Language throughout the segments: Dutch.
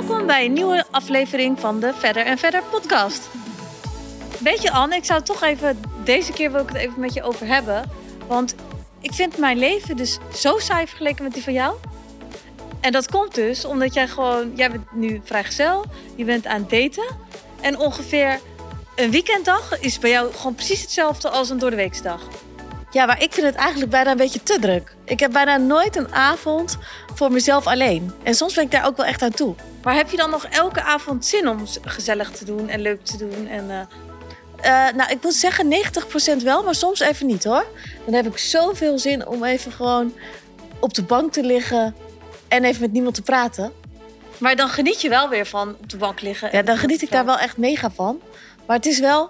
Welkom bij een nieuwe aflevering van de Verder en Verder podcast. Weet je Anne, ik zou toch even, deze keer wil ik het even met je over hebben. Want ik vind mijn leven dus zo saai vergeleken met die van jou. En dat komt dus omdat jij bent nu vrijgezel, je bent aan het daten. En ongeveer een weekenddag is bij jou gewoon precies hetzelfde als een doordeweeksdag. Ja, maar ik vind het eigenlijk bijna een beetje te druk. Ik heb bijna nooit een avond voor mezelf alleen. En soms ben ik daar ook wel echt aan toe. Maar heb je dan nog elke avond zin om gezellig te doen en leuk te doen? En, ik moet zeggen 90% wel, maar soms even niet hoor. Dan heb ik zoveel zin om even gewoon op de bank te liggen en even met niemand te praten. Maar dan geniet je wel weer van op de bank liggen. Ja, dan geniet ik daar wel echt mega van. Maar het is wel...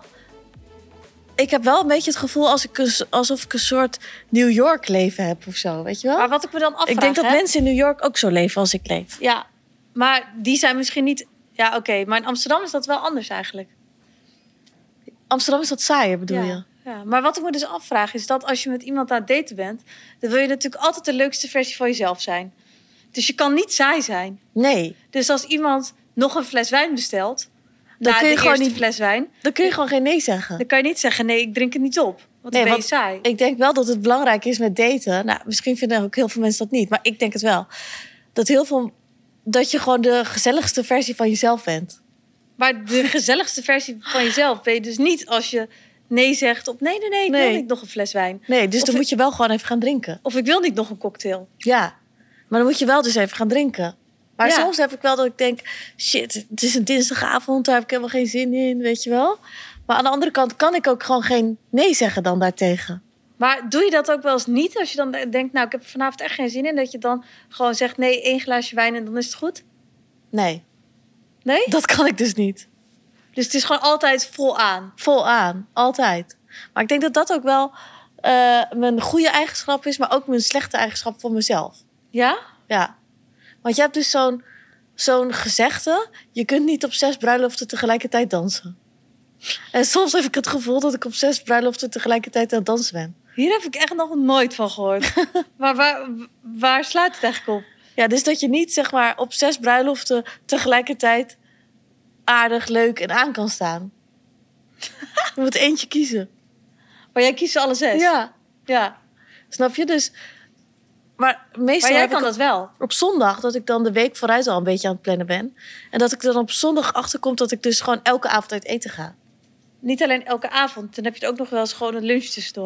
Ik heb wel een beetje het gevoel alsof ik een soort New York leven heb of zo, weet je wel? Maar wat ik me dan afvraag... Ik denk dat mensen in New York ook zo leven als ik leef. Ja, maar die zijn misschien niet... Ja, oké, maar in Amsterdam is dat wel anders eigenlijk. Amsterdam is wat saaier, bedoel je? Ja, maar wat ik me dus afvraag is dat als je met iemand aan het daten bent... dan wil je natuurlijk altijd de leukste versie van jezelf zijn. Dus je kan niet saai zijn. Nee. Dus als iemand nog een fles wijn bestelt... Dan kun je gewoon niet fles wijn. Dan kun je gewoon geen nee zeggen. Dan kan je niet zeggen, nee, ik drink het niet op. Want dan ben je saai. Ik denk wel dat het belangrijk is met daten. Nou, misschien vinden ook heel veel mensen dat niet. Maar ik denk het wel. Dat je gewoon de gezelligste versie van jezelf bent. Maar de gezelligste versie van jezelf ben je dus niet als je nee zegt op... Nee, ik wil niet nog een fles wijn. Nee, dus dan moet je wel gewoon even gaan drinken. Of ik wil niet nog een cocktail. Ja, maar dan moet je wel dus even gaan drinken. Maar soms heb ik wel dat ik denk... Shit, het is een dinsdagavond, daar heb ik helemaal geen zin in, weet je wel. Maar aan de andere kant kan ik ook gewoon geen nee zeggen dan daartegen. Maar doe je dat ook wel eens niet? Als je dan denkt, nou, ik heb vanavond echt geen zin in... dat je dan gewoon zegt, nee, 1 glaasje wijn en dan is het goed? Nee. Nee? Dat kan ik dus niet. Dus het is gewoon altijd vol aan? Vol aan, altijd. Maar ik denk dat dat ook wel mijn goede eigenschap is... maar ook mijn slechte eigenschap voor mezelf. Ja? Ja. Want je hebt dus zo'n gezegde... je kunt niet op 6 bruiloften tegelijkertijd dansen. En soms heb ik het gevoel dat ik op 6 bruiloften tegelijkertijd aan het dansen ben. Hier heb ik echt nog nooit van gehoord. Maar waar slaat het eigenlijk op? Ja, dus dat je niet zeg maar op 6 bruiloften tegelijkertijd aardig, leuk en aan kan staan. Je moet eentje kiezen. Maar jij kiest alle 6? Ja. Snap je? Dus... Maar meestal jij kan dat wel. Op zondag, dat ik dan de week vooruit al een beetje aan het plannen ben. En dat ik dan op zondag achterkom dat ik dus gewoon elke avond uit eten ga. Niet alleen elke avond. Dan heb je het ook nog wel eens gewoon een lunch tussendoor.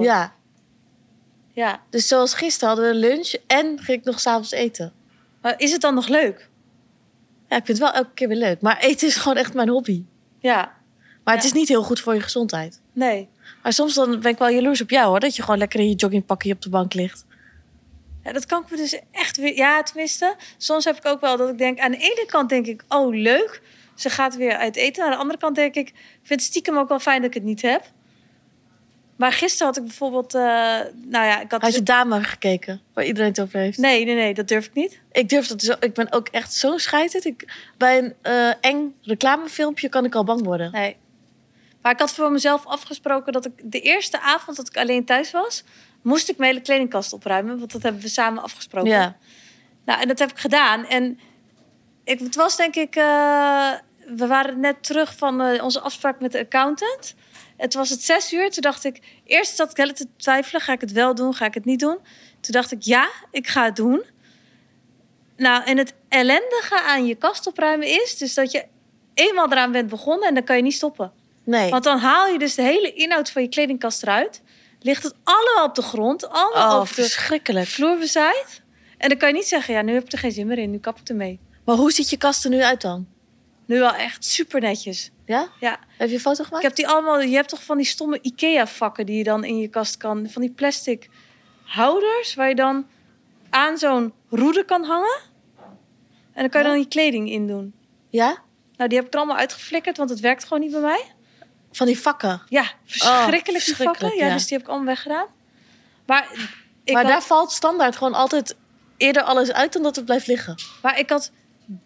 Ja. Dus zoals gisteren hadden we lunch en ging ik nog 's avonds eten. Maar is het dan nog leuk? Ja, ik vind het wel elke keer weer leuk. Maar eten is gewoon echt mijn hobby. Ja. Maar het is niet heel goed voor je gezondheid. Nee. Maar soms dan ben ik wel jaloers op jou hoor. Dat je gewoon lekker in je joggingpakje op de bank ligt. Ja, dat kan ik me dus echt weer... Ja, tenminste, soms heb ik ook wel dat ik denk... Aan de ene kant denk ik, oh leuk, ze gaat weer uit eten. Aan de andere kant denk ik vind het stiekem ook wel fijn dat ik het niet heb. Maar gisteren had ik bijvoorbeeld... Had je Dame gekeken, waar iedereen het over heeft? Nee, dat durf ik niet. Ik durf dat dus. Ik ben ook echt zo'n scheiter. Bij een eng reclamefilmpje kan ik al bang worden. Nee. Maar ik had voor mezelf afgesproken dat ik de eerste avond dat ik alleen thuis was... moest ik mijn hele kledingkast opruimen. Want dat hebben we samen afgesproken. Ja. Nou, en dat heb ik gedaan. En het was denk ik... we waren net terug van onze afspraak met de accountant. Het was het 6 uur. Toen dacht ik... Eerst zat ik heel te twijfelen. Ga ik het wel doen? Ga ik het niet doen? Toen dacht ik, ja, ik ga het doen. Nou, en het ellendige aan je kast opruimen is... dus dat je eenmaal eraan bent begonnen... en dan kan je niet stoppen. Nee. Want dan haal je dus de hele inhoud van je kledingkast eruit. Ligt het allemaal op de grond. Allemaal op verschrikkelijk. de vloer bezaaid. En dan kan je niet zeggen, ja, nu heb ik er geen zin meer in. Nu kap ik ermee. Maar hoe ziet je kast er nu uit dan? Nu wel echt super netjes. Ja? Ja. Heb je een foto gemaakt? Ik heb die allemaal... Je hebt toch van die stomme IKEA-vakken die je dan in je kast kan... Van die plastic houders waar je dan aan zo'n roede kan hangen. En dan kan je dan je kleding in doen. Ja? Nou, die heb ik er allemaal uitgeflikkerd, want het werkt gewoon niet bij mij. Van die vakken? Ja, verschrikkelijk die vakken. Ja, ja. dus die heb ik allemaal weggedaan. Maar daar valt standaard gewoon altijd eerder alles uit dan dat het blijft liggen. Maar ik had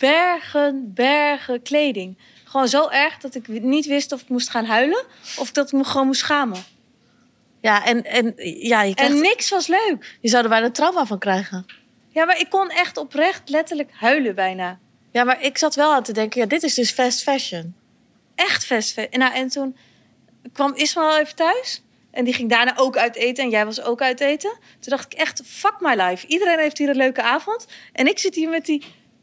bergen kleding. Gewoon zo erg dat ik niet wist of ik moest gaan huilen... of dat ik me gewoon moest schamen. Ja, en je krijgt... En niks was leuk. Je zou er bijna een trauma van krijgen. Ja, maar ik kon echt oprecht letterlijk huilen bijna. Ja, maar ik zat wel aan te denken, ja, dit is dus fast fashion. Echt fast fashion. Nou, en toen kwam Ismaël even thuis. En die ging daarna ook uit eten. En jij was ook uit eten. Toen dacht ik echt, fuck my life. Iedereen heeft hier een leuke avond. En ik zit hier met die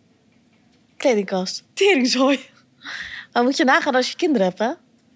Kledingkast. teringzooi. Dan moet je nagaan als je kinderen hebt, hè?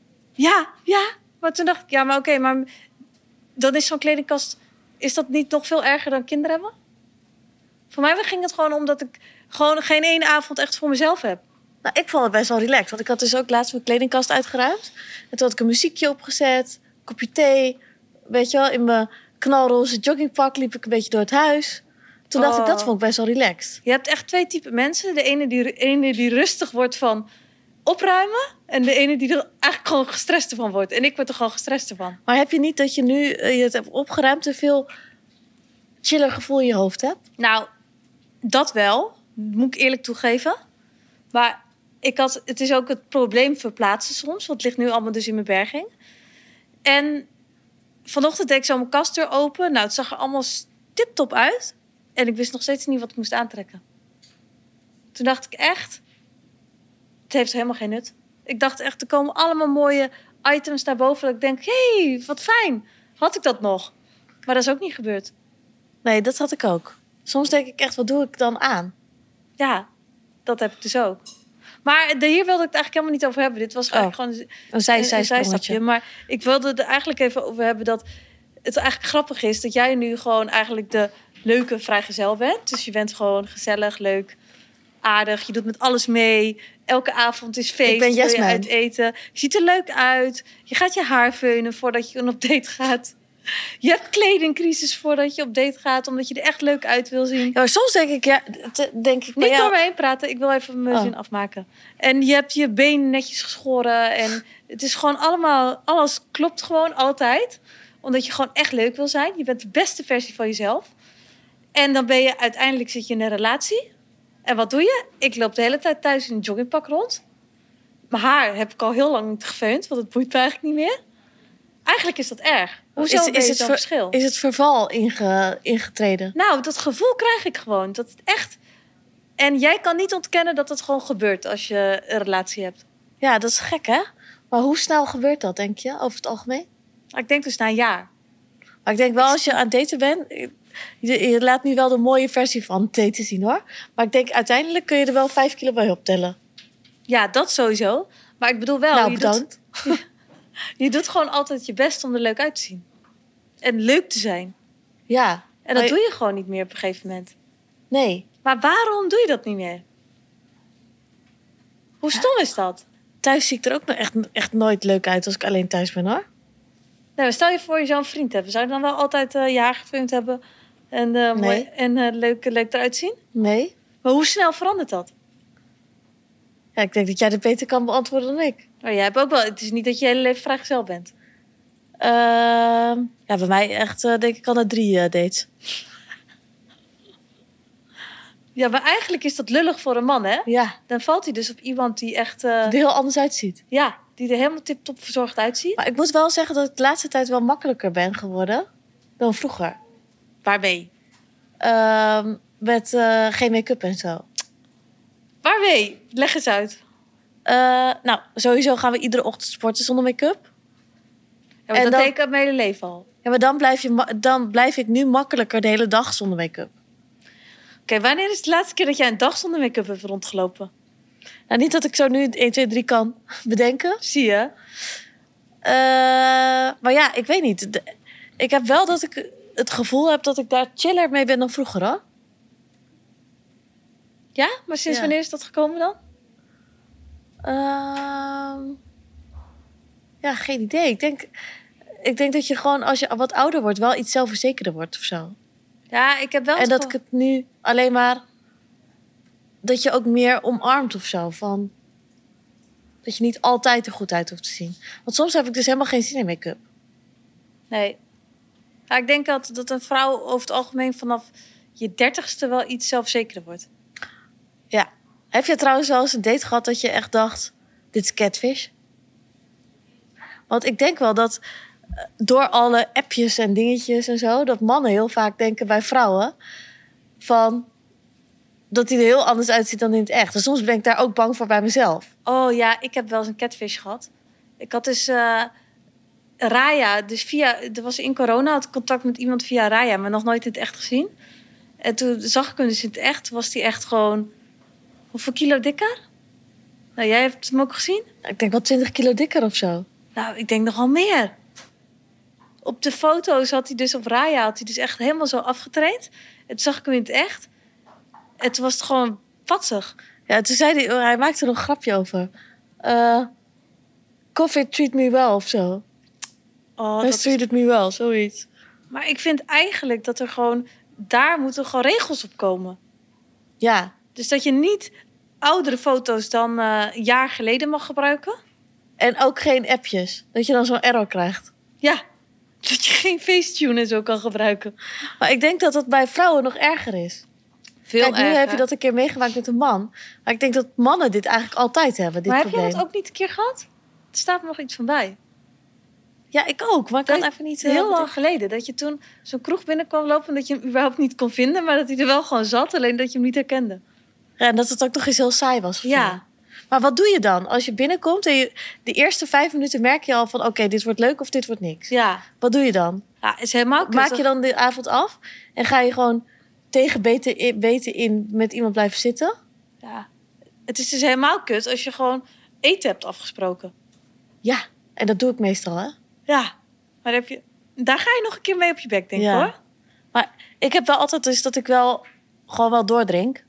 Ja. Maar toen dacht ik, ja, maar oké, maar dan is zo'n kledingkast... Is dat niet nog veel erger dan kinderen hebben? Voor mij ging het gewoon omdat ik gewoon geen één avond echt voor mezelf heb. Nou, ik vond het best wel relaxed. Want ik had dus ook laatst mijn kledingkast uitgeruimd. En toen had ik een muziekje opgezet. Een kopje thee. Weet je wel, in mijn knalroze joggingpak liep ik een beetje door het huis. Toen dacht ik, dat vond ik best wel relaxed. Je hebt echt twee typen mensen. De ene die rustig wordt van opruimen. En de ene die er eigenlijk gewoon gestrest van wordt. En ik word er gewoon gestrest van. Maar heb je niet dat je nu je het hebt opgeruimd... en veel chiller gevoel in je hoofd hebt? Nou, dat wel. Moet ik eerlijk toegeven. Maar het is ook het probleem verplaatsen soms. Want het ligt nu allemaal dus in mijn berging. En vanochtend deed ik zo mijn kastdeur open. Nou, het zag er allemaal tiptop uit. En ik wist nog steeds niet wat ik moest aantrekken. Toen dacht ik echt... Het heeft helemaal geen nut. Ik dacht echt, er komen allemaal mooie items naar boven. Dat ik denk, hé, wat fijn. Had ik dat nog? Maar dat is ook niet gebeurd. Nee, dat had ik ook. Soms denk ik echt, wat doe ik dan aan? Ja, dat heb ik dus ook. Maar hier wilde ik het eigenlijk helemaal niet over hebben. Dit was eigenlijk gewoon een zijstapje. Maar ik wilde er eigenlijk even over hebben dat het eigenlijk grappig is... dat jij nu gewoon eigenlijk de leuke vrijgezel bent. Dus je bent gewoon gezellig, leuk, aardig. Je doet met alles mee. Elke avond is feest. Ik ben wil je Jasmine. uit eten. Je ziet er leuk uit. Je gaat je haar veunen voordat je op date gaat. Je hebt kledingcrisis voordat je op date gaat... omdat je er echt leuk uit wil zien. Ja, maar soms denk ik, Niet door me heen praten. Ik wil even mijn zin afmaken. En je hebt je been netjes geschoren. En het is gewoon allemaal... Alles klopt gewoon altijd. Omdat je gewoon echt leuk wil zijn. Je bent de beste versie van jezelf. En dan ben je uiteindelijk zit je in een relatie. En wat doe je? Ik loop de hele tijd thuis in een joggingpak rond. Mijn haar heb ik al heel lang niet gefeund. Want het boeit me eigenlijk niet meer. Eigenlijk is dat erg. Hoezo is het verschil? Is het verval ingetreden? Nou, dat gevoel krijg ik gewoon. Dat het echt... En jij kan niet ontkennen dat het gewoon gebeurt als je een relatie hebt. Ja, dat is gek, hè? Maar hoe snel gebeurt dat, denk je, over het algemeen? Ik denk dus na een jaar. Maar ik denk wel, als je aan het daten bent... Je laat nu wel de mooie versie van het daten zien, hoor. Maar ik denk, uiteindelijk kun je er wel 5 kilo bij optellen. Ja, dat sowieso. Maar ik bedoel wel... Nou, bedankt. Je doet gewoon altijd je best om er leuk uit te zien. En leuk te zijn. Ja. En dat doe je gewoon niet meer op een gegeven moment. Nee. Maar waarom doe je dat niet meer? Hoe stom is dat? Thuis zie ik er ook nog echt nooit leuk uit als ik alleen thuis ben, hoor. Nou, stel je voor je zo'n vriend hebben. Zou je dan wel altijd je haar gefilmd hebben en, mooi, en leuk eruit zien? Nee. Maar hoe snel verandert dat? Ja, ik denk dat jij dat beter kan beantwoorden dan ik. Maar jij hebt ook wel... Het is niet dat je hele leven vrijgezel bent. Ja, bij mij echt, denk ik al na 3 dates. Ja, maar eigenlijk is dat lullig voor een man, hè? Ja. Dan valt hij dus op iemand die echt... Er heel anders uitziet. Ja, die er helemaal tip-top verzorgd uitziet. Maar ik moet wel zeggen dat ik de laatste tijd wel makkelijker ben geworden dan vroeger. Waarmee? Met geen make-up en zo. Waarmee? Leg eens uit. Nou, sowieso gaan we iedere ochtend sporten zonder make-up. Ja, maar dat deed ik mijn hele leven al. Ja, maar dan blijf ik nu makkelijker de hele dag zonder make-up. Oké, wanneer is de laatste keer dat jij een dag zonder make-up hebt rondgelopen? Nou, niet dat ik zo nu 1, 2, 3 kan bedenken. Zie je? Maar ja, ik weet niet. Ik heb wel dat ik het gevoel heb dat ik daar chiller mee ben dan vroeger, hoor. Ja? Maar sinds wanneer is dat gekomen dan? Ja, geen idee. Ik denk dat je gewoon als je wat ouder wordt wel iets zelfverzekerder wordt of zo. Ja, ik heb wel... En dat ik het nu alleen maar... Dat je ook meer omarmt of zo. Van, dat je niet altijd er goed uit hoeft te zien. Want soms heb ik dus helemaal geen zin in make-up. Nee. Ja, ik denk dat een vrouw over het algemeen vanaf je 30ste wel iets zelfverzekerder wordt. Ja. Heb je trouwens wel eens een date gehad dat je echt dacht... Dit is catfish? Want ik denk wel dat door alle appjes en dingetjes en zo... dat mannen heel vaak denken bij vrouwen van... dat hij er heel anders uitziet dan in het echt. Dus soms ben ik daar ook bang voor bij mezelf. Oh ja, ik heb wel eens een catfish gehad. Ik had dus Raya. Dus er was in corona, had ik contact met iemand via Raya, maar nog nooit in het echt gezien. En toen zag ik hem dus in het echt. Was hij echt gewoon... Hoeveel kilo dikker? Nou, jij hebt hem ook gezien? Ik denk wel 20 kilo dikker of zo. Nou, ik denk nogal meer. Op de foto's had hij dus op Raya had hij dus echt helemaal zo afgetraind. En toen zag ik hem in het echt. En toen was het gewoon patsig. Ja, toen zei hij maakte er nog een grapje over. COVID treat me well of zo. Oh, Best treated me well, zoiets. Maar ik vind eigenlijk dat er gewoon... Daar moeten gewoon regels op komen. Ja. Dus dat je niet oudere foto's dan een jaar geleden mag gebruiken. En ook geen appjes. Dat je dan zo'n error krijgt. Ja, dat je geen Facetune en zo kan gebruiken. Maar ik denk dat dat bij vrouwen nog erger is. Veel Kijk, nu erger. heb je dat een keer meegemaakt met een man. Maar ik denk dat mannen dit eigenlijk altijd hebben, dit maar probleem. heb jij dat ook niet een keer gehad? Er staat me nog iets van bij. Ja, ik ook. Maar ik kan even niet... Heel lang geleden. Dat je toen zo'n kroeg binnenkwam lopen... en dat je hem überhaupt niet kon vinden... maar dat hij er wel gewoon zat. Alleen dat je hem niet herkende. Ja, en dat het ook nog eens heel saai was. Ja. Maar wat doe je dan? Als je binnenkomt en de eerste 5 minuten merk je al van... oké, dit wordt leuk of dit wordt niks. Ja. Wat doe je dan? Ja, is helemaal kut. Maak je dan de avond af? En ga je gewoon tegen beten in met iemand blijven zitten? Ja. Het is dus helemaal kut als je gewoon eten hebt afgesproken. Ja, en dat doe ik meestal, hè? Ja. Maar daar ga je nog een keer mee op je bek, denk ik, hoor. Maar ik heb wel altijd dus dat ik wel gewoon wel doordrink.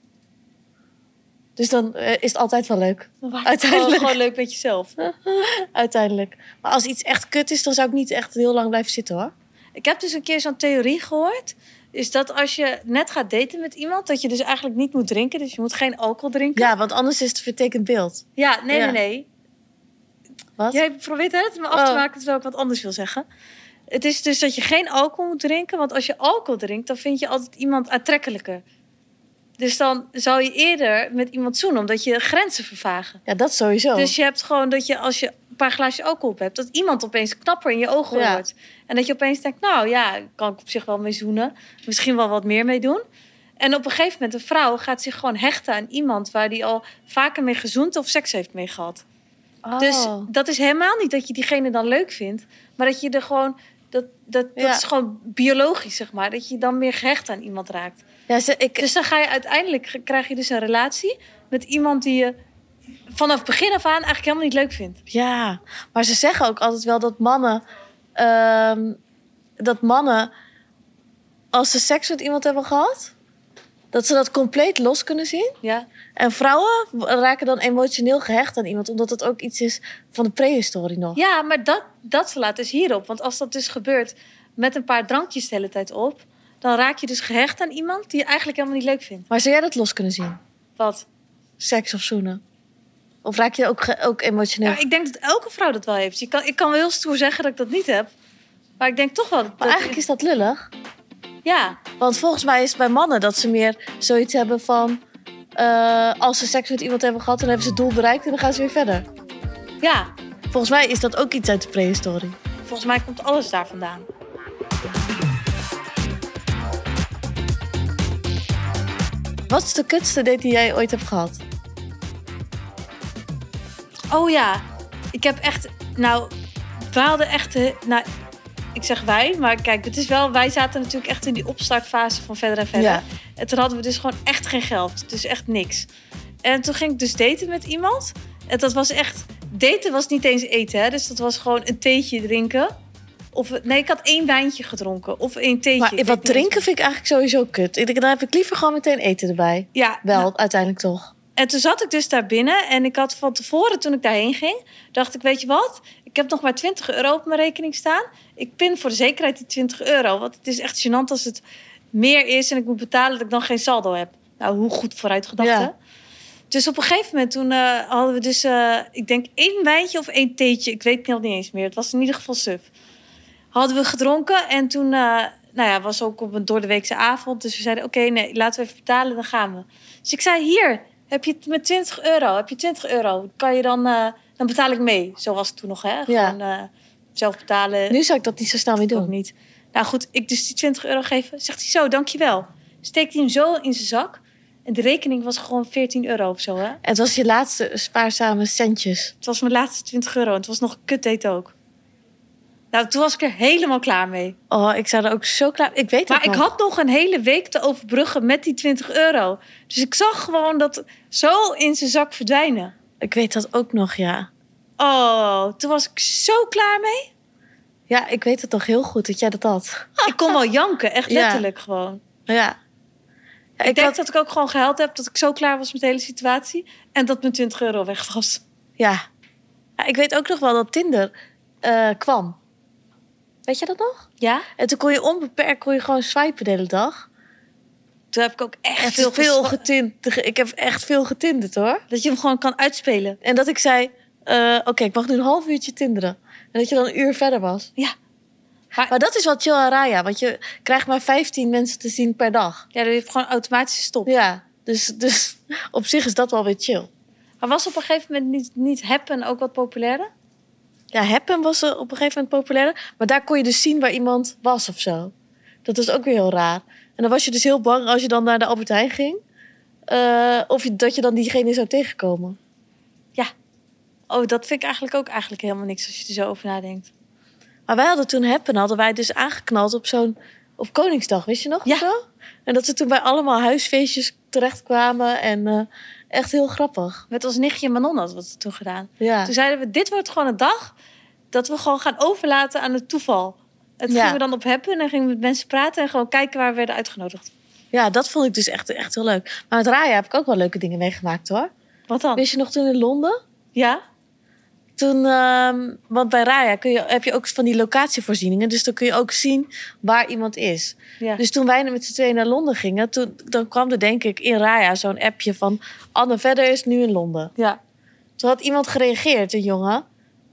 Dus dan is het altijd wel leuk. Uiteindelijk. Gewoon leuk met jezelf. Uiteindelijk. Maar als iets echt kut is, dan zou ik niet echt heel lang blijven zitten, hoor. Ik heb dus een keer zo'n theorie gehoord. Is dat als je net gaat daten met iemand... dat je dus eigenlijk niet moet drinken. Dus je moet geen alcohol drinken. Ja, want anders is het vertekend beeld. Ja, nee. Wat? Jij probeert het me af te maken terwijl ik wat anders wil zeggen. Het is dus dat je geen alcohol moet drinken. Want als je alcohol drinkt, dan vind je altijd iemand aantrekkelijker. Dus dan zou je eerder met iemand zoenen, omdat je grenzen vervagen. Ja, dat sowieso. Dus je hebt gewoon dat je als je een paar glaasjes alcohol op hebt... dat iemand opeens knapper in je ogen wordt. En dat je opeens denkt, nou ja, kan ik op zich wel mee zoenen. Misschien wel wat meer mee doen. En op een gegeven moment, een vrouw gaat zich gewoon hechten aan iemand... waar die al vaker mee gezoend of seks heeft mee gehad. Oh. Dus dat is helemaal niet dat je diegene dan leuk vindt... maar dat je er gewoon... Dat is gewoon biologisch, zeg maar. Dat je dan meer gehecht aan iemand raakt. Ja, Dus dan ga je uiteindelijk... krijg je dus een relatie met iemand die je... vanaf begin af aan eigenlijk helemaal niet leuk vindt. Ja, maar ze zeggen ook altijd wel dat mannen... als ze seks met iemand hebben gehad... dat ze dat compleet los kunnen zien. Ja. En vrouwen raken dan emotioneel gehecht aan iemand... omdat het ook iets is van de prehistorie nog. Ja, maar dat slaat dus hierop. Want als dat dus gebeurt met een paar drankjes de hele tijd op... dan raak je dus gehecht aan iemand die je eigenlijk helemaal niet leuk vindt. Maar zou jij dat los kunnen zien? Wat? Seks of zoenen? Of raak je ook emotioneel? Ja, ik denk dat elke vrouw dat wel heeft. Ik kan wel heel stoer zeggen dat ik dat niet heb. Maar ik denk toch wel... Maar eigenlijk is dat lullig. Ja. Want volgens mij is het bij mannen dat ze meer zoiets hebben van... als ze seks met iemand hebben gehad, dan hebben ze het doel bereikt en dan gaan ze weer verder. Ja. Volgens mij is dat ook iets uit de prehistorie. Volgens mij komt alles daar vandaan. Wat is de kutste date die jij ooit hebt gehad? Oh ja, ik heb echt... Nou, we hadden echt... Nou, ik zeg wij, maar kijk, het is wel... Wij zaten natuurlijk echt in die opstartfase van verder en verder. Ja. En toen hadden we dus gewoon echt geen geld. Dus echt niks. En toen ging ik dus daten met iemand. En dat was echt... Daten was niet eens eten, hè. Dus dat was gewoon een theetje drinken. Nee, ik had 1 wijntje gedronken. Of 1 theetje. Maar wat drinken vind ik eigenlijk sowieso kut. Dan heb ik liever gewoon meteen eten erbij. Ja. Wel, Nou, uiteindelijk toch. en toen zat ik dus daar binnen. En ik had van tevoren, toen ik daarheen ging... dacht ik, weet je wat? Ik heb nog maar €20 op mijn rekening staan. Ik pin voor de zekerheid die €20. Want het is echt gênant als het meer is... en ik moet betalen dat ik dan geen saldo heb. Nou, hoe goed vooruitgedacht, hè? Dus op een gegeven moment toen hadden we dus... ik denk 1 wijntje of 1 theetje. Ik weet het nog niet eens meer. Het was in ieder geval suf. Hadden we gedronken. En toen was ook op een doordeweekse avond. Dus we zeiden, oké, nee, laten we even betalen. Dan gaan we. Dus ik zei, hier, heb je het met €20? Heb je €20? Kan je dan betaal ik mee. Zo was het toen nog, hè? Ja. Gewoon zelf betalen. Nu zou ik dat niet zo snel meer doen. Ook niet. Nou goed, ik dus die €20 geven. Zegt hij zo, dankjewel. Steekt hij hem zo in zijn zak. En de rekening was gewoon €14 of zo, hè? En het was je laatste spaarzame centjes. Het was mijn laatste €20 en het was nog een kutdate ook. Nou, toen was ik er helemaal klaar mee. Oh, ik zou er ook zo klaar... Ik weet Maar het ik nog. had nog een hele week te overbruggen met die €20. Dus ik zag gewoon dat zo in zijn zak verdwijnen. Ik weet dat ook nog, ja. Oh, toen was ik zo klaar mee. Ja, ik weet het toch heel goed dat jij dat had. Ik kon wel janken, echt Ja. letterlijk gewoon. Ja. Ja, Ik denk dat ik ook gewoon gehuild heb dat ik zo klaar was met de hele situatie. En dat mijn €20 weg was. Ja. Ja, ik weet ook nog wel dat Tinder kwam. Weet je dat nog? Ja? En toen kon je onbeperkt gewoon swipen de hele dag. Toen heb ik ook echt Echt veel geswa- getinderd. Ik heb echt veel getinderd, hoor. Dat je hem gewoon kan uitspelen. En dat ik zei, oké, ik mag nu een half uurtje tinderen. En dat je dan een uur verder was. Ja. Maar dat is wel chill aan Raya. Want je krijgt maar 15 mensen te zien per dag. Ja, dat heeft gewoon automatisch stop. Ja, dus op zich is dat wel weer chill. Maar was op een gegeven moment niet Happen ook wat populairder? Ja, Happen was op een gegeven moment populairder. Maar daar kon je dus zien waar iemand was of zo. Dat was ook weer heel raar. En dan was je dus heel bang als je dan naar de Albert Heijn ging. Dat je dan diegene zou tegenkomen. Ja. Oh, dat vind ik eigenlijk ook helemaal niks als je er zo over nadenkt. Maar wij hadden toen Happen, hadden wij dus aangeknald op Koningsdag, wist je nog? Ja. Of zo? En dat we toen bij allemaal huisfeestjes terechtkwamen. En echt heel grappig. Met ons nichtje Manon hadden we het toen gedaan. Ja. Toen zeiden we, dit wordt gewoon een dag dat we gewoon gaan overlaten aan het toeval. En toen Ja. gingen we dan op Happen en dan gingen we met mensen praten en gewoon kijken waar we werden uitgenodigd. Ja, dat vond ik dus echt heel leuk. Maar met Raya heb ik ook wel leuke dingen meegemaakt, hoor. Wat dan? Wist je nog toen in Londen? Ja? Toen, want bij Raya heb je ook van die locatievoorzieningen. Dus dan kun je ook zien waar iemand is. Ja. Dus toen wij met z'n tweeën naar Londen gingen... dan kwam er denk ik in Raya zo'n appje van... Anne Verder is nu in Londen. Ja. Toen had iemand gereageerd, een jongen.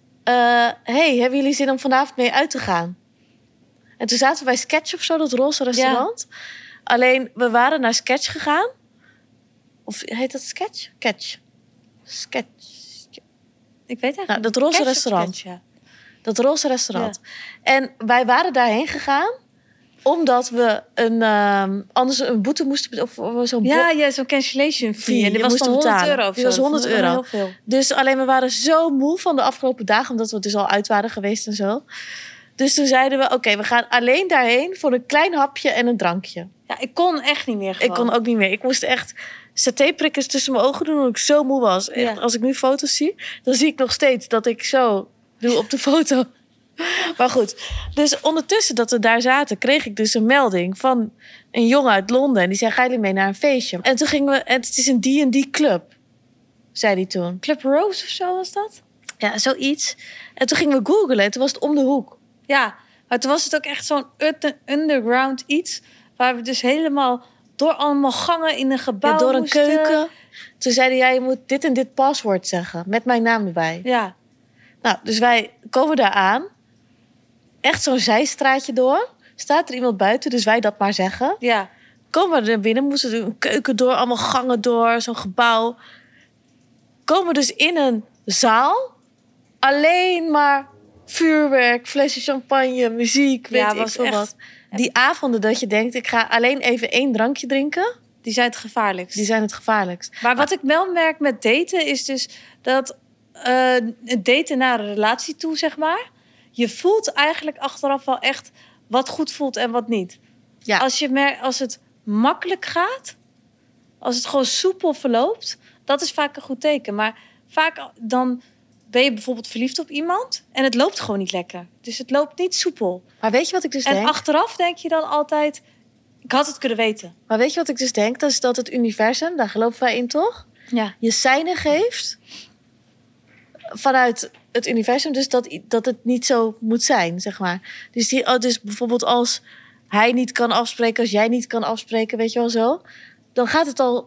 Hey, hebben jullie zin om vanavond mee uit te gaan? En toen zaten we bij Sketch of zo, dat roze restaurant. Ja. Alleen, we waren naar Sketch gegaan. Of heet dat Sketch? Sketch. Ik weet eigenlijk Nou, dat roze Sketch of restaurant. Sketch, ja. Dat roze restaurant. Ja. En wij waren daarheen gegaan... omdat we anders een boete moesten... Of zo'n zo'n cancellation fee. En die was dan €100 of zo. Die was €100. Heel veel. Dus alleen we waren zo moe van de afgelopen dagen... omdat we dus al uit waren geweest en zo. Dus toen zeiden we... oké, we gaan alleen daarheen voor een klein hapje en een drankje. Ja, ik kon echt niet meer gewoon. Ik kon ook niet meer. Ik moest echt satéprikkers tussen mijn ogen doen... omdat ik zo moe was. Echt, als ik nu foto's zie... dan zie ik nog steeds dat ik zo doe op de foto... Maar goed, dus ondertussen dat we daar zaten... kreeg ik dus een melding van een jongen uit Londen. En die zei, ga jullie mee naar een feestje? En toen gingen we... en het is een D&D club, zei hij toen. Club Rose of zo was dat? Ja, zoiets. En toen gingen we googlen en toen was het om de hoek. Ja, maar toen was het ook echt zo'n underground iets... waar we dus helemaal door allemaal gangen in een gebouw door een moesten. keuken. Toen zeiden jij, je moet dit en dit paswoord zeggen. Met mijn naam erbij. Ja. Nou, dus wij komen daar aan... echt zo'n zijstraatje door. Staat er iemand buiten, dus wij dat maar zeggen. Ja. Komen we er binnen, moesten we een keuken door, allemaal gangen door, zo'n gebouw. Komen dus in een zaal. Alleen maar vuurwerk, flessen champagne, muziek, weet ik veel wat. Die avonden dat je denkt, ik ga alleen even 1 drankje drinken. Die zijn het gevaarlijkst. Die zijn het gevaarlijkst. Maar wat ik wel merk met daten is dus dat het daten naar een relatie toe, zeg maar... je voelt eigenlijk achteraf wel echt wat goed voelt en wat niet. Ja. Als het makkelijk gaat, als het gewoon soepel verloopt... dat is vaak een goed teken. Maar vaak dan ben je bijvoorbeeld verliefd op iemand... en het loopt gewoon niet lekker. Dus het loopt niet soepel. Maar weet je wat ik dus denk? En achteraf denk je dan altijd... ik had het kunnen weten. Maar weet je wat ik dus denk? Dat is dat het universum, daar geloven wij in toch? Ja. Je seinen geeft... vanuit het universum, dus dat het niet zo moet zijn, zeg maar. Dus bijvoorbeeld als hij niet kan afspreken... als jij niet kan afspreken, weet je wel zo... dan gaat het al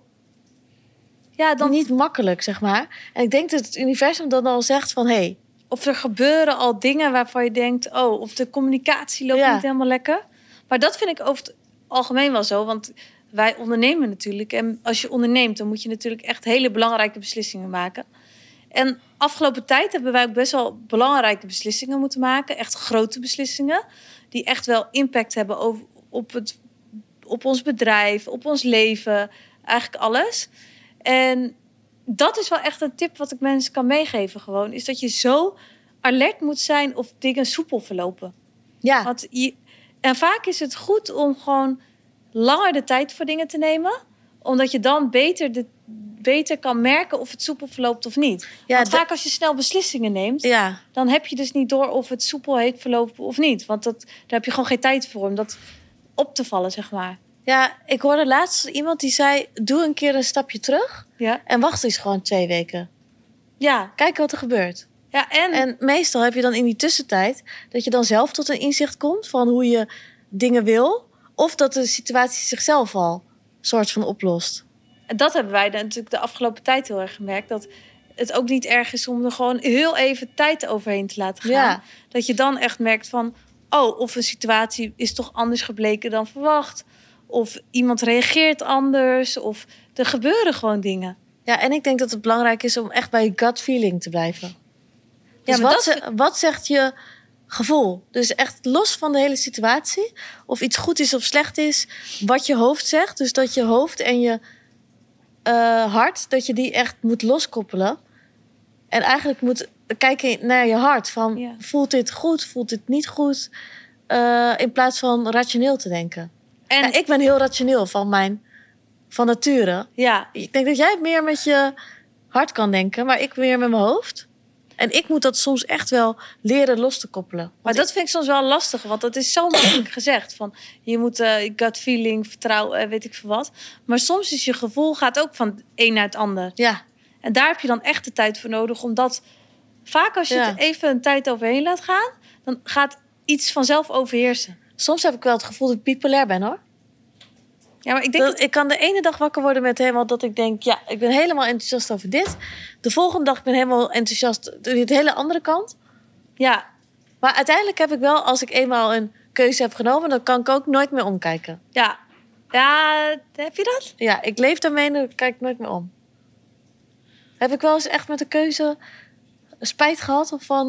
dan niet makkelijk, zeg maar. En ik denk dat het universum dan al zegt van... hey, of er gebeuren al dingen waarvan je denkt... oh, of de communicatie loopt niet helemaal lekker. Maar dat vind ik over het algemeen wel zo. Want wij ondernemen natuurlijk. En als je onderneemt, dan moet je natuurlijk echt hele belangrijke beslissingen maken. En afgelopen tijd hebben wij ook best wel belangrijke beslissingen moeten maken. Echt grote beslissingen. Die echt wel impact hebben op ons bedrijf, op ons leven. Eigenlijk alles. En dat is wel echt een tip wat ik mensen kan meegeven gewoon. Is dat je zo alert moet zijn of dingen soepel verlopen. Ja. En vaak is het goed om gewoon langer de tijd voor dingen te nemen. Omdat je dan beter kan merken of het soepel verloopt of niet. Ja, want vaak als je snel beslissingen neemt... dan heb je dus niet door of het soepel heeft verlopen of niet. Want daar heb je gewoon geen tijd voor om dat op te vallen, zeg maar. Ja, ik hoorde laatst iemand die zei... doe een keer een stapje terug en wacht eens gewoon 2 weken. Ja. Kijk wat er gebeurt. Ja, en meestal heb je dan in die tussentijd... dat je dan zelf tot een inzicht komt van hoe je dingen wil... of dat de situatie zichzelf al soort van oplost. En dat hebben wij natuurlijk de afgelopen tijd heel erg gemerkt. Dat het ook niet erg is om er gewoon heel even tijd overheen te laten gaan. Ja. Dat je dan echt merkt van... of een situatie is toch anders gebleken dan verwacht. Of iemand reageert anders. Of er gebeuren gewoon dingen. Ja, en ik denk dat het belangrijk is om echt bij je gut feeling te blijven. Dus wat zegt je gevoel? Dus echt los van de hele situatie. Of iets goed is of slecht is. Wat je hoofd zegt. Dus dat je hoofd en je hart, dat je die echt moet loskoppelen. En eigenlijk moet kijken naar je hart. Van, voelt dit goed? Voelt dit niet goed? In plaats van rationeel te denken. En ik ben heel rationeel van nature. Ja. Ik denk dat jij meer met je hart kan denken. Maar ik meer met mijn hoofd. En ik moet dat soms echt wel leren los te koppelen. Maar dat vind ik soms wel lastig. Want dat is zo makkelijk gezegd. Van, je moet gut feeling, vertrouwen, weet ik veel wat. Maar soms is je gevoel gaat ook van het een naar het ander. Ja. En daar heb je dan echt de tijd voor nodig. Omdat vaak als je het even een tijd overheen laat gaan... dan gaat iets vanzelf overheersen. Soms heb ik wel het gevoel dat ik bipolair ben, hoor. Ja, maar ik denk ik kan de ene dag wakker worden met helemaal dat ik denk... ja, ik ben helemaal enthousiast over dit. De volgende dag ben ik helemaal enthousiast over de hele andere kant. Ja. Maar uiteindelijk heb ik wel, als ik eenmaal een keuze heb genomen... dan kan ik ook nooit meer omkijken. Ja. Ja, heb je dat? Ja, ik leef daarmee en dan kijk ik nooit meer om. Heb ik wel eens echt met de keuze spijt gehad? Of van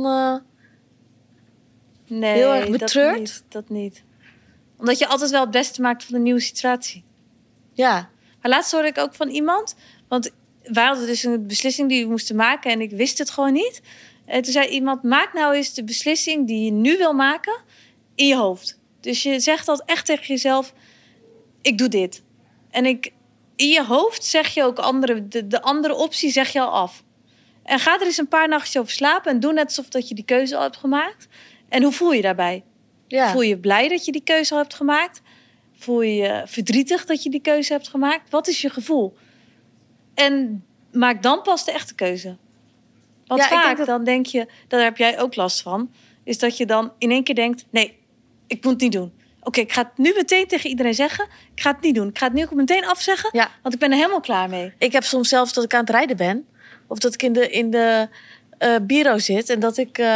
nee, heel erg betreurd? Dat niet. Omdat je altijd wel het beste maakt van een nieuwe situatie. Ja. Maar laatst hoorde ik ook van iemand... want wij hadden dus een beslissing die we moesten maken... en ik wist het gewoon niet. En toen zei iemand... maak nou eens de beslissing die je nu wil maken... in je hoofd. Dus je zegt dat echt tegen jezelf... ik doe dit. En in je hoofd zeg je ook de andere optie zeg je al af. En ga er eens een paar nachtjes over slapen... en doe net alsof dat je die keuze al hebt gemaakt. En hoe voel je daarbij? Ja. Voel je blij dat je die keuze al hebt gemaakt? Voel je je verdrietig dat je die keuze hebt gemaakt? Wat is je gevoel? En maak dan pas de echte keuze. Want vaak dan denk je... daar heb jij ook last van... is dat je dan in één keer denkt... nee, ik moet het niet doen. Oké, ik ga het nu meteen tegen iedereen zeggen. Ik ga het niet doen. Ik ga het nu ook meteen afzeggen. Ja. Want ik ben er helemaal klaar mee. Ik heb soms zelfs dat ik aan het rijden ben. Of dat ik in de bureau zit. En dat ik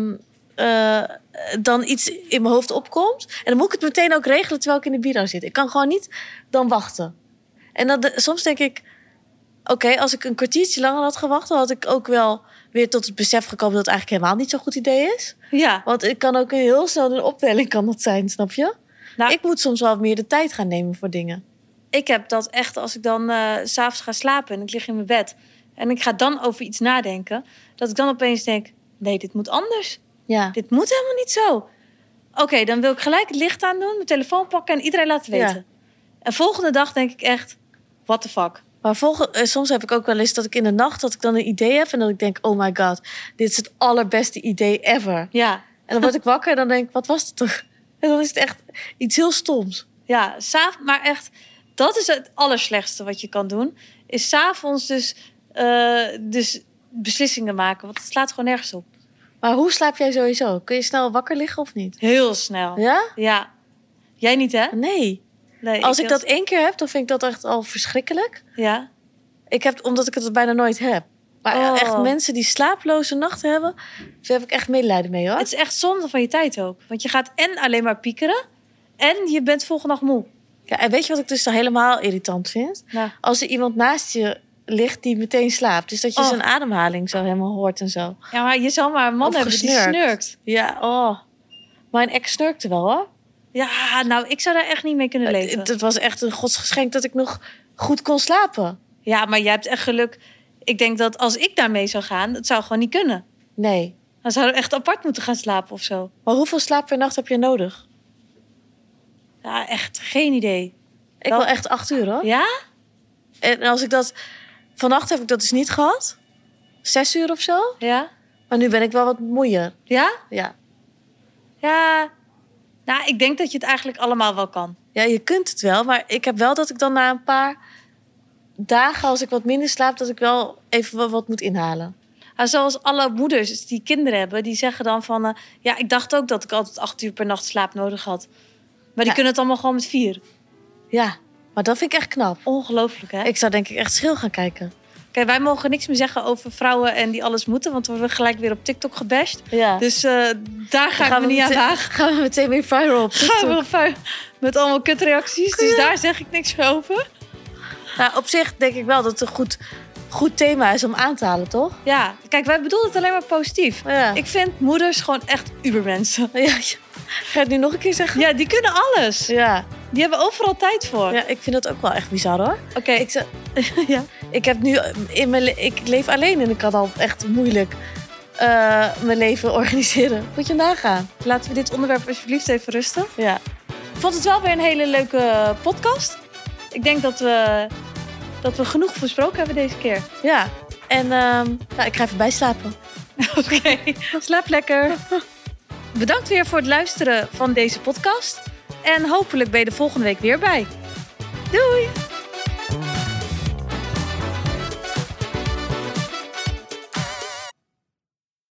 dan iets in mijn hoofd opkomt. En dan moet ik het meteen ook regelen terwijl ik in de bureau zit. Ik kan gewoon niet dan wachten. En dan soms denk ik... Oké, als ik een kwartiertje langer had gewacht... dan had ik ook wel weer tot het besef gekomen... dat het eigenlijk helemaal niet zo'n goed idee is. Ja. Want ik kan ook heel snel een optelling kan dat zijn, snap je? Nou, ik moet soms wel meer de tijd gaan nemen voor dingen. Ik heb dat echt als ik dan 's avonds ga slapen... en ik lig in mijn bed... en ik ga dan over iets nadenken... dat ik dan opeens denk... nee, dit moet anders. Ja. Dit moet helemaal niet zo. Oké, dan wil ik gelijk het licht aandoen... mijn telefoon pakken en iedereen laten weten. Ja. En volgende dag denk ik echt... what the fuck? Maar soms heb ik ook wel eens dat ik in de nacht... dat ik dan een idee heb en dat ik denk... oh my god, dit is het allerbeste idee ever. Ja. En dan word ik wakker en dan denk ik... wat was het toch? En dan is het echt iets heel stoms. Ja, maar echt... dat is het allerslechtste wat je kan doen. Is 's avonds dus beslissingen maken. Want het slaat gewoon nergens op. Maar hoe slaap jij sowieso? Kun je snel wakker liggen of niet? Heel snel. Ja? Ja. Jij niet, hè? Nee. Als ik dat 1 keer heb, dan vind ik dat echt al verschrikkelijk. Ja. Omdat ik het bijna nooit heb. Maar echt mensen die slaaploze nachten hebben... daar heb ik echt medelijden mee, hoor. Het is echt zonde van je tijd ook. Want je gaat en alleen maar piekeren... en je bent volgende dag moe. Ja, en weet je wat ik dus dan helemaal irritant vind? Nou. Als er iemand naast je ligt die meteen slaapt. Dus dat je zijn ademhaling zo helemaal hoort en zo. Ja, maar je zal maar een man hebben die snurkt. Ja, Mijn ex snurkte wel, hoor. Ja, nou, ik zou daar echt niet mee kunnen leven. Het was echt een godsgeschenk dat ik nog goed kon slapen. Ja, maar jij hebt echt geluk. Ik denk dat als ik daarmee zou gaan, het zou gewoon niet kunnen. Nee. Dan zouden we echt apart moeten gaan slapen of zo. Maar hoeveel slaap per nacht heb je nodig? Ja, echt geen idee. Ik wil echt 8 uur, hoor. Ja? En als ik dat... Vannacht heb ik dat dus niet gehad. 6 uur of zo. Ja? Maar nu ben ik wel wat moeier. Ja? Ja. Ja. Nou, ik denk dat je het eigenlijk allemaal wel kan. Ja, je kunt het wel. Maar ik heb wel dat ik dan na een paar dagen, als ik wat minder slaap, dat ik wel even wat moet inhalen. Nou, zoals alle moeders die kinderen hebben, die zeggen dan van... ja, ik dacht ook dat ik altijd 8 uur per nacht slaap nodig had. Maar die kunnen het allemaal gewoon met 4. Ja, maar dat vind ik echt knap. Ongelooflijk, hè? Ik zou denk ik echt schil gaan kijken. Kijk, wij mogen niks meer zeggen over vrouwen en die alles moeten. Want we worden gelijk weer op TikTok gebashed. Ja. Dus daar ga ik me niet aan wagen. Gaan we meteen weer viral op TikTok. Gaan we op met allemaal kutreacties. Dus daar zeg ik niks meer over. Nou, op zich denk ik wel dat het een goed thema is om aan te halen, toch? Ja, kijk, wij bedoelen het alleen maar positief. Ja. Ik vind moeders gewoon echt ubermensen. Ja, ga je het nu nog een keer zeggen? Ja, die kunnen alles. Ja. Die hebben overal tijd voor. Ja, ik vind dat ook wel echt bizar, hoor. Oké. Ja. Ik heb nu ik leef alleen en ik kan al echt moeilijk mijn leven organiseren. Moet je nagaan. Laten we dit onderwerp alsjeblieft even rusten. Ja. Ik vond het wel weer een hele leuke podcast. Ik denk dat we genoeg besproken hebben deze keer. Ja. En ik ga even bijslapen. Oké. Slaap lekker. Bedankt weer voor het luisteren van deze podcast. En hopelijk ben je de volgende week weer bij. Doei!